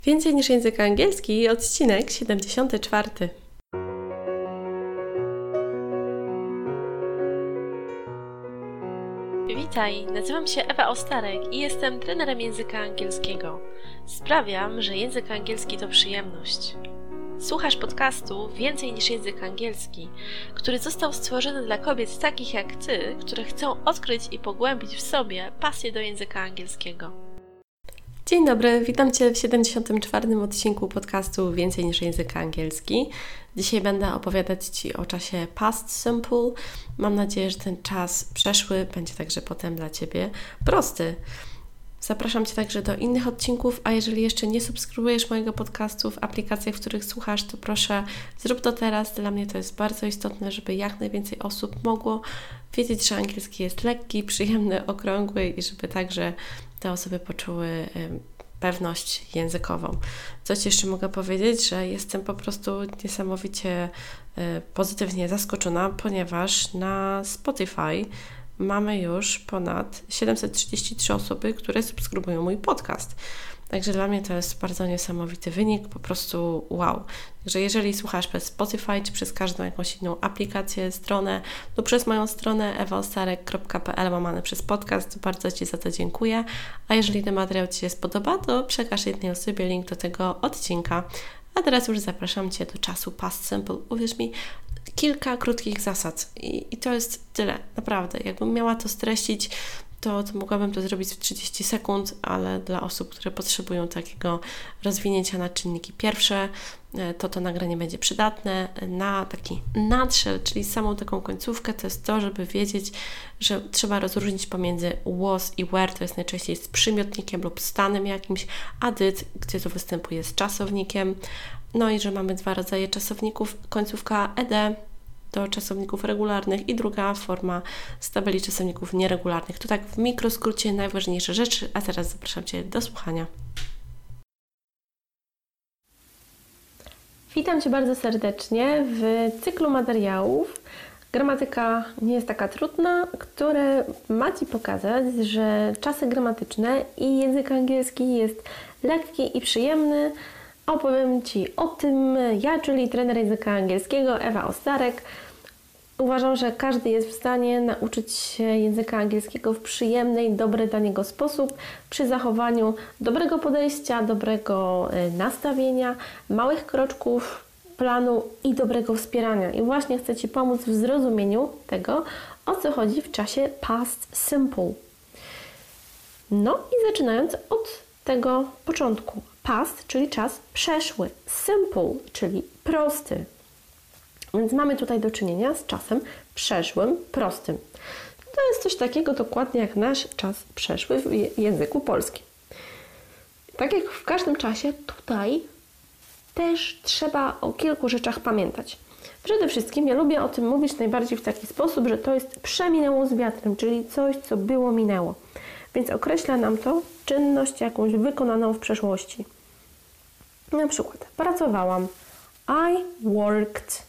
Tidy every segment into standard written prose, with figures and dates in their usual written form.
Więcej niż język angielski, odcinek 74. Witaj, nazywam się Ewa Ostarek i jestem trenerem języka angielskiego. Sprawiam, że język angielski to przyjemność. Słuchasz podcastu Więcej niż język angielski, który został stworzony dla kobiet takich jak Ty, które chcą odkryć i pogłębić w sobie pasję do języka angielskiego. Dzień dobry, witam Cię w 74. odcinku podcastu Więcej niż język angielski. Dzisiaj będę opowiadać Ci o czasie past simple. Mam nadzieję, że ten czas przeszły będzie także potem dla Ciebie prosty. Zapraszam Cię także do innych odcinków, a jeżeli jeszcze nie subskrybujesz mojego podcastu w aplikacjach, w których słuchasz, to proszę zrób to teraz. Dla mnie to jest bardzo istotne, żeby jak najwięcej osób mogło wiedzieć, że angielski jest lekki, przyjemny, okrągły i żeby także te osoby poczuły pewność językową. Coś jeszcze mogę powiedzieć, że jestem po prostu niesamowicie pozytywnie zaskoczona, ponieważ na Spotify mamy już ponad 733 osoby, które subskrybują mój podcast. Także dla mnie to jest bardzo niesamowity wynik, po prostu wow. Także jeżeli słuchasz przez Spotify, czy przez każdą jakąś inną aplikację, stronę, lub przez moją stronę ewaostarek.pl/przez podcast, to bardzo Ci za to dziękuję. A jeżeli ten materiał Ci się spodoba, to przekaż jednej osobie link do tego odcinka. A teraz już zapraszam Cię do czasu past simple. Uwierz mi, kilka krótkich zasad i to jest tyle, naprawdę. Jakbym miała to streścić, to mogłabym to zrobić w 30 sekund, ale dla osób, które potrzebują takiego rozwinięcia na czynniki pierwsze, to nagranie będzie przydatne. Na taki nutshell, czyli samą taką końcówkę, to jest to, żeby wiedzieć, że trzeba rozróżnić pomiędzy was i were, to jest najczęściej z przymiotnikiem lub stanem jakimś, a did, gdzie to występuje z czasownikiem. No i że mamy dwa rodzaje czasowników, końcówka ed do czasowników regularnych i druga forma z tabeli czasowników nieregularnych. To tak w mikroskrócie najważniejsze rzeczy, a teraz zapraszam Cię do słuchania. Witam Cię bardzo serdecznie w cyklu materiałów Gramatyka nie jest taka trudna, które ma Ci pokazać, że czasy gramatyczne i język angielski jest lekki i przyjemny. Opowiem Ci o tym ja, czyli trener języka angielskiego Ewa Ostarek. Uważam, że każdy jest w stanie nauczyć się języka angielskiego w przyjemny i dobry dla niego sposób, przy zachowaniu dobrego podejścia, dobrego nastawienia, małych kroczków, planu i dobrego wspierania. I właśnie chcę Ci pomóc w zrozumieniu tego, o co chodzi w czasie past simple. No i zaczynając od tego początku. Past, czyli czas przeszły. Simple, czyli prosty. Więc mamy tutaj do czynienia z czasem przeszłym, prostym. To jest coś takiego dokładnie jak nasz czas przeszły w języku polskim. Tak jak w każdym czasie, tutaj też trzeba o kilku rzeczach pamiętać. Przede wszystkim ja lubię o tym mówić najbardziej w taki sposób, że to jest przeminęło z wiatrem, czyli coś, co było, minęło. Więc określa nam to czynność jakąś wykonaną w przeszłości. Na przykład pracowałam. I worked.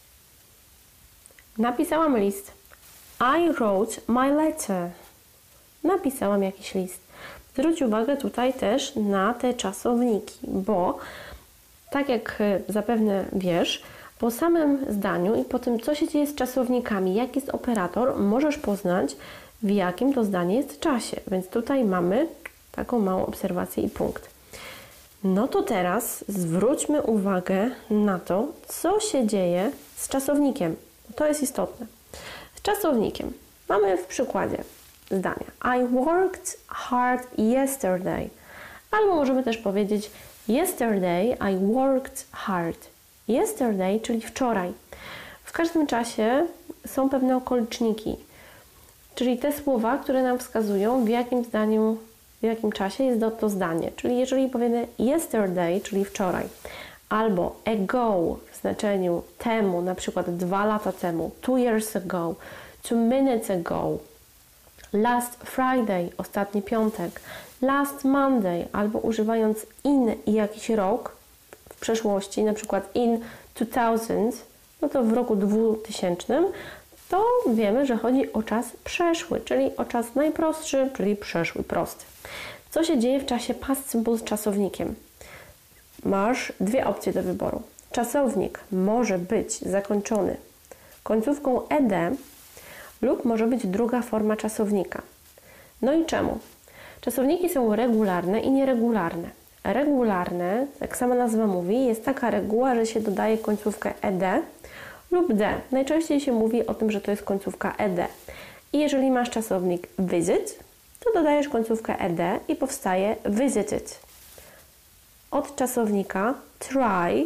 Napisałam list. I wrote my letter. Napisałam jakiś list. Zwróć uwagę tutaj też na te czasowniki, bo tak jak zapewne wiesz, po samym zdaniu i po tym, co się dzieje z czasownikami, jaki jest operator, możesz poznać, w jakim to zdanie jest czasie. Więc tutaj mamy taką małą obserwację i punkt. No to teraz zwróćmy uwagę na to, co się dzieje z czasownikiem. To jest istotne. Z czasownikiem mamy w przykładzie zdania I worked hard yesterday. Albo możemy też powiedzieć yesterday I worked hard. Yesterday, czyli wczoraj. W każdym czasie są pewne okoliczniki, czyli te słowa, które nam wskazują, w jakim zdaniu, w jakim czasie jest to zdanie. Czyli jeżeli powiemy yesterday, czyli wczoraj, albo ago w znaczeniu temu, na przykład 2 lata temu, 2 years ago, 2 minutes ago, last Friday, ostatni piątek, last Monday, albo używając in i jakiś rok w przeszłości, na przykład in 2000, no to w roku 2000, to wiemy, że chodzi o czas przeszły, czyli o czas najprostszy, czyli przeszły, prosty. Co się dzieje w czasie past simple z czasownikiem? masz dwie opcje do wyboru. Czasownik może być zakończony końcówką ed lub może być druga forma czasownika. No i czemu? Czasowniki są regularne i nieregularne. Regularne, jak sama nazwa mówi, jest taka reguła, że się dodaje końcówkę ed lub d. Najczęściej się mówi o tym, że to jest końcówka ed. I jeżeli masz czasownik visit, to dodajesz końcówkę ed i powstaje visited. Od czasownika try,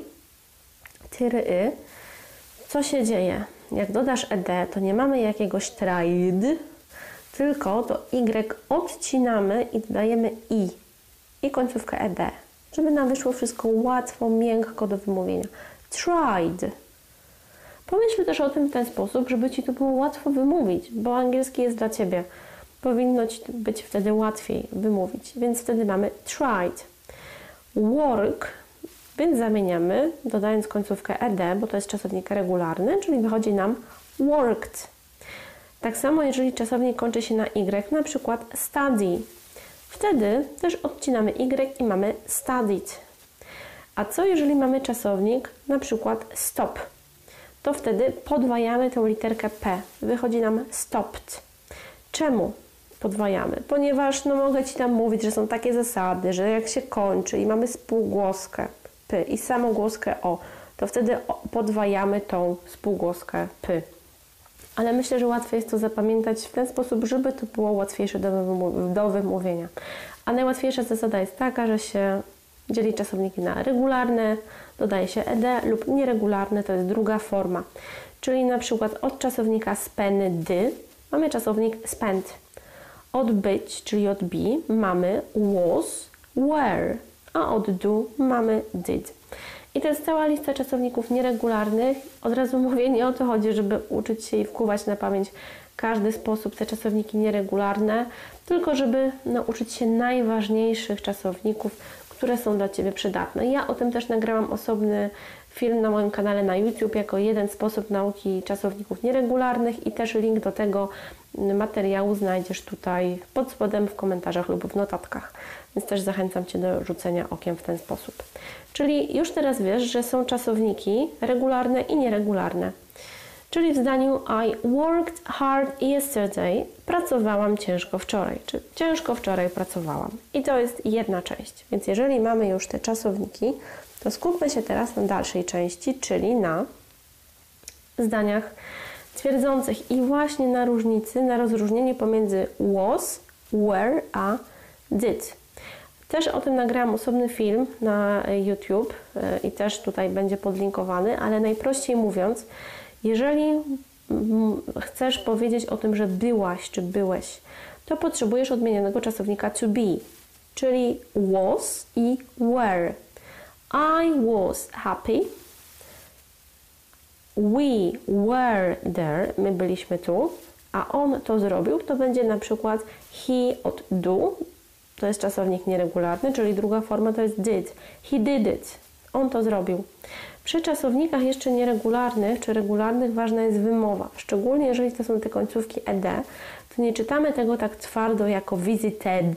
co się dzieje? Jak dodasz ed, to nie mamy jakiegoś tried, tylko to y odcinamy i dodajemy i końcówkę ed, żeby nam wyszło wszystko łatwo, miękko do wymówienia. Tried. Pomyśl też o tym w ten sposób, żeby Ci to było łatwo wymówić, bo angielski jest dla Ciebie. Powinno Ci być wtedy łatwiej wymówić, więc wtedy mamy tried. Work, więc zamieniamy, dodając końcówkę ed, bo to jest czasownik regularny, czyli wychodzi nam worked. Tak samo, jeżeli czasownik kończy się na y, na przykład study, wtedy też odcinamy y i mamy studied. A co jeżeli mamy czasownik na przykład stop? To wtedy podwajamy tę literkę p. Wychodzi nam stopped. Czemu podwajamy? Ponieważ mogę Ci tam mówić, że są takie zasady, że jak się kończy i mamy spółgłoskę p i samogłoskę o, to wtedy podwajamy tą spółgłoskę p. Ale myślę, że łatwiej jest to zapamiętać w ten sposób, żeby to było łatwiejsze do wymówienia. A najłatwiejsza zasada jest taka, że się dzieli czasowniki na regularne, dodaje się ed lub nieregularne, to jest druga forma. Czyli na przykład od czasownika spend mamy czasownik spent. Od być, czyli od be mamy was, were, a od do mamy did. I to jest cała lista czasowników nieregularnych. Od razu mówię, nie o to chodzi, żeby uczyć się i wkuwać na pamięć każdy sposób te czasowniki nieregularne, tylko żeby nauczyć się najważniejszych czasowników, które są dla Ciebie przydatne. Ja o tym też nagrałam osobny film na moim kanale na YouTube jako jeden sposób nauki czasowników nieregularnych i też link do tego materiału znajdziesz tutaj pod spodem w komentarzach lub w notatkach. Więc też zachęcam Cię do rzucenia okiem w ten sposób. Czyli już teraz wiesz, że są czasowniki regularne i nieregularne. Czyli w zdaniu I worked hard yesterday, pracowałam ciężko wczoraj, czy ciężko wczoraj pracowałam. I to jest jedna część. Więc jeżeli mamy już te czasowniki, to skupmy się teraz na dalszej części, czyli na zdaniach twierdzących i właśnie na różnicy, na rozróżnienie pomiędzy was, were, a did. Też o tym nagrałam osobny film na YouTube i też tutaj będzie podlinkowany, ale najprościej mówiąc, jeżeli chcesz powiedzieć o tym, że byłaś czy byłeś, to potrzebujesz odmienionego czasownika to be, czyli was i were. I was happy. We were there. My byliśmy tu, a on to zrobił. To będzie na przykład he od do. To jest czasownik nieregularny, czyli druga forma to jest did. He did it. On to zrobił. Przy czasownikach jeszcze nieregularnych czy regularnych ważna jest wymowa. Szczególnie jeżeli to są te końcówki ed, to nie czytamy tego tak twardo jako visited,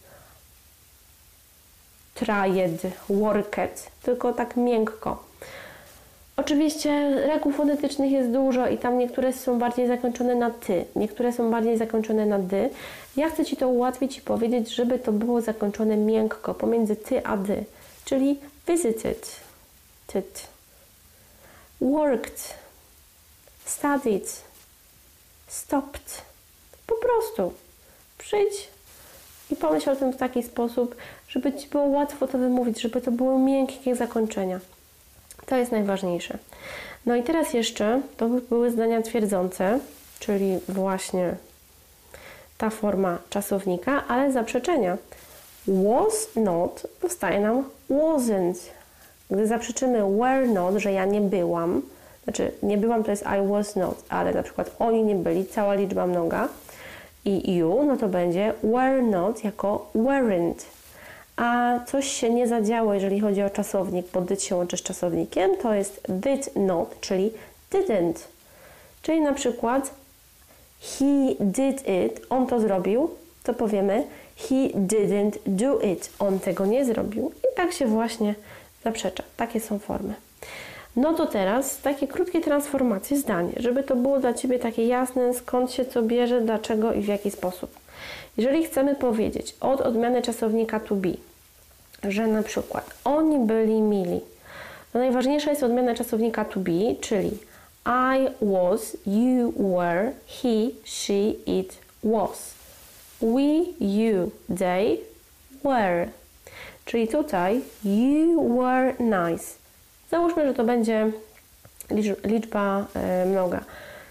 tried, worked, tylko tak miękko. Oczywiście reguł fonetycznych jest dużo i tam niektóre są bardziej zakończone na ty, niektóre są bardziej zakończone na dy. Ja chcę Ci to ułatwić i powiedzieć, żeby to było zakończone miękko, pomiędzy ty a dy, czyli visited, tit, worked, studied, stopped. Po prostu przyjdź i pomyśl o tym w taki sposób, żeby Ci było łatwo to wymówić, żeby to były miękkie zakończenia. To jest najważniejsze. No i teraz jeszcze to były zdania twierdzące, czyli właśnie ta forma czasownika, ale zaprzeczenia. Was not powstaje nam wasn't. Gdy zaprzeczymy were not, że ja nie byłam, znaczy nie byłam to jest I was not, ale na przykład oni nie byli, cała liczba mnoga i you, no to będzie were not jako weren't. A coś się nie zadziało, jeżeli chodzi o czasownik, bo did się łączy z czasownikiem, to jest did not, czyli didn't. Czyli na przykład he did it, on to zrobił, to powiemy he didn't do it, on tego nie zrobił. I tak się właśnie zaprzecza. Takie są formy. No to teraz takie krótkie transformacje zdań, żeby to było dla Ciebie takie jasne, skąd się co bierze, dlaczego i w jaki sposób. Jeżeli chcemy powiedzieć od odmiany czasownika to be, że na przykład oni byli mili, to najważniejsza jest odmiana czasownika to be, czyli I was, you were, he, she, it was. We, you, they were. Czyli tutaj you were nice. Załóżmy, że to będzie liczba mnoga,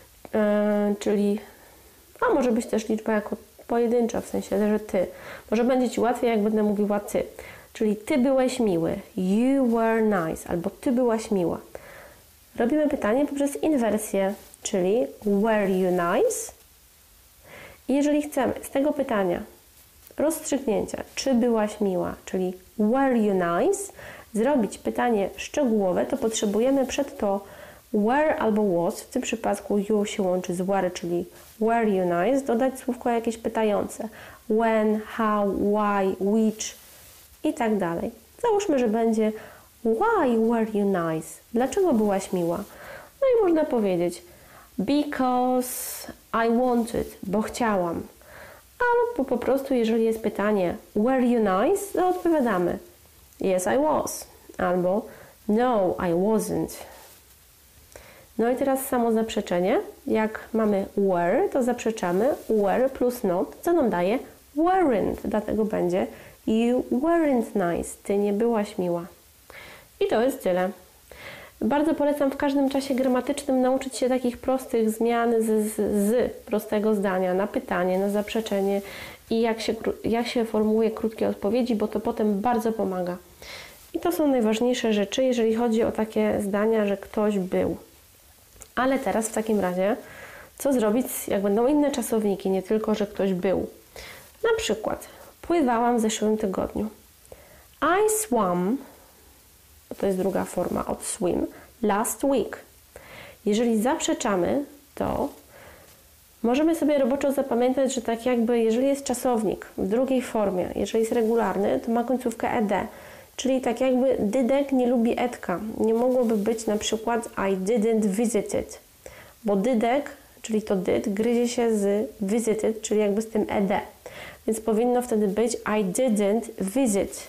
czyli, a może być też liczba jako pojedyncza, w sensie, że ty. Może będzie Ci łatwiej, jak będę mówiła ty. Czyli ty byłeś miły, you were nice, albo ty byłaś miła. Robimy pytanie poprzez inwersję, czyli were you nice? I jeżeli chcemy z tego pytania rozstrzygnięcia, czy byłaś miła, czyli were you nice, zrobić pytanie szczegółowe, to potrzebujemy przed to were albo was, w tym przypadku you się łączy z were, czyli were you nice, dodać słówko jakieś pytające. When, how, why, which i tak dalej. Załóżmy, że będzie why were you nice? Dlaczego byłaś miła? No i można powiedzieć because I wanted, bo chciałam. Albo po prostu, jeżeli jest pytanie were you nice, to odpowiadamy yes I was, albo no I wasn't. No i teraz samo zaprzeczenie. Jak mamy were, to zaprzeczamy were plus not, co nam daje weren't, dlatego będzie you weren't nice, ty nie byłaś miła. I to jest tyle. Bardzo polecam w każdym czasie gramatycznym nauczyć się takich prostych zmian z prostego zdania na pytanie, na zaprzeczenie i jak się formułuje krótkie odpowiedzi, bo to potem bardzo pomaga. I to są najważniejsze rzeczy, jeżeli chodzi o takie zdania, że ktoś był. Ale teraz w takim razie, co zrobić, jak będą inne czasowniki, nie tylko, że ktoś był. Na przykład, pływałam w zeszłym tygodniu. I swam, to jest druga forma od swim, last week. Jeżeli zaprzeczamy, to możemy sobie roboczo zapamiętać, że tak jakby, jeżeli jest czasownik w drugiej formie, jeżeli jest regularny, to ma końcówkę ed. Czyli tak jakby dydek nie lubi edka. Nie mogłoby być na przykład I didn't visit it, bo dydek, czyli to did, gryzie się z visited, czyli jakby z tym ed. Więc powinno wtedy być I didn't visit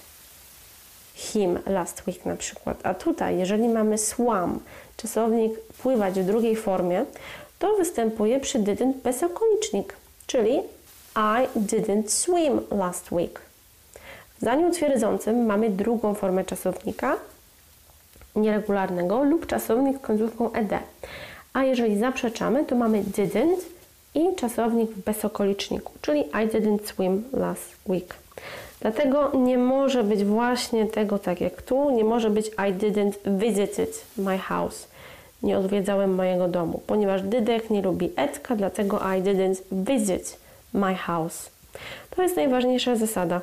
him last week na przykład. A tutaj, jeżeli mamy swam, czasownik pływać w drugiej formie, to występuje przy didn't bezokolicznik, czyli I didn't swim last week. W zdaniu twierdzącym mamy drugą formę czasownika nieregularnego lub czasownik z końcówką ed. A jeżeli zaprzeczamy, to mamy didn't i czasownik w bezokoliczniku, czyli I didn't swim last week. Dlatego nie może być właśnie tego tak jak tu, nie może być I didn't visit my house. Nie odwiedzałem mojego domu, ponieważ dydek nie lubi edka, dlatego I didn't visit my house. To jest najważniejsza zasada.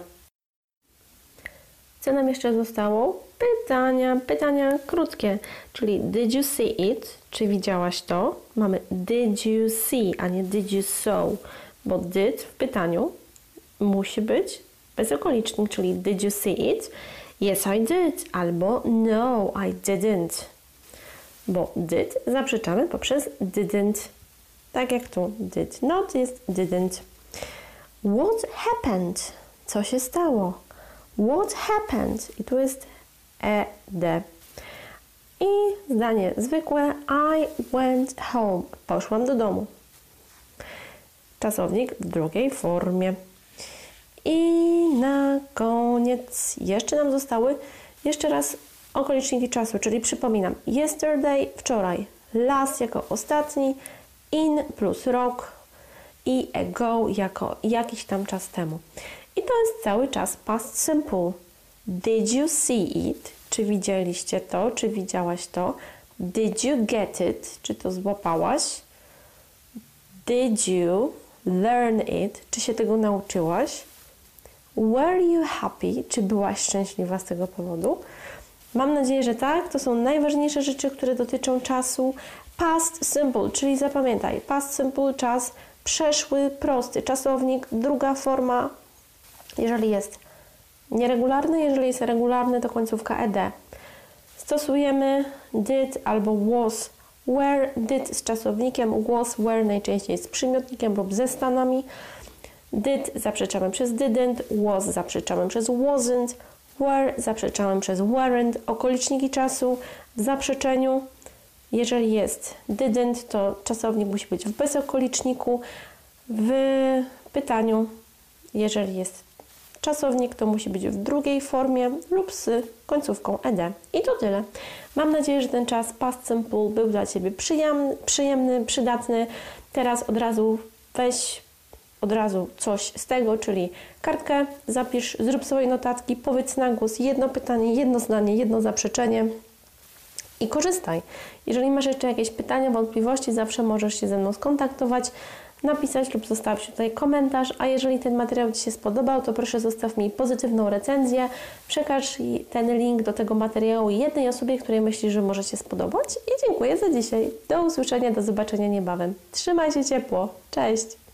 Co nam jeszcze zostało? Pytania krótkie, czyli did you see it? Czy widziałaś to? Mamy did you see, a nie did you saw, bo did w pytaniu musi być bezokolicznik, czyli did you see it? Yes, I did, albo no, I didn't, bo did zaprzeczamy poprzez didn't, tak jak tu did not jest didn't. What happened? Co się stało? What happened? I tu jest ed. I zdanie zwykłe I went home. Poszłam do domu. Czasownik w drugiej formie. I na koniec jeszcze nam zostały jeszcze raz okoliczniki czasu, czyli przypominam yesterday, wczoraj, last jako ostatni, in plus rok i ago jako jakiś tam czas temu. I to jest cały czas past simple. Did you see it? Czy widzieliście to? Czy widziałaś to? Did you get it? Czy to złapałaś? Did you learn it? Czy się tego nauczyłaś? Were you happy? Czy byłaś szczęśliwa z tego powodu? Mam nadzieję, że tak. To są najważniejsze rzeczy, które dotyczą czasu. Past simple, czyli zapamiętaj. Past simple, czas przeszły, prosty. Czasownik, druga forma. Jeżeli jest nieregularny, jeżeli jest regularny, to końcówka ed. Stosujemy did albo was, were. Did z czasownikiem, was, were najczęściej z przymiotnikiem lub ze stanami. Did zaprzeczamy przez didn't, was zaprzeczamy przez wasn't, were zaprzeczamy przez weren't. Okoliczniki czasu w zaprzeczeniu. Jeżeli jest didn't, to czasownik musi być w bezokoliczniku. W pytaniu, jeżeli jest czasownik, to musi być w drugiej formie lub z końcówką ed. I to tyle. Mam nadzieję, że ten czas past simple był dla Ciebie przyjemny, przydatny. Teraz od razu weź coś z tego, czyli kartkę, zapisz, zrób swoje notatki, powiedz na głos jedno pytanie, jedno zdanie, jedno zaprzeczenie i korzystaj. Jeżeli masz jeszcze jakieś pytania, wątpliwości, zawsze możesz się ze mną skontaktować, napisać lub zostawić tutaj komentarz, a jeżeli ten materiał Ci się spodobał, to proszę zostaw mi pozytywną recenzję, przekaż ten link do tego materiału jednej osobie, której myślisz, że może się spodobać i dziękuję za dzisiaj. Do usłyszenia, do zobaczenia niebawem. Trzymaj się ciepło. Cześć!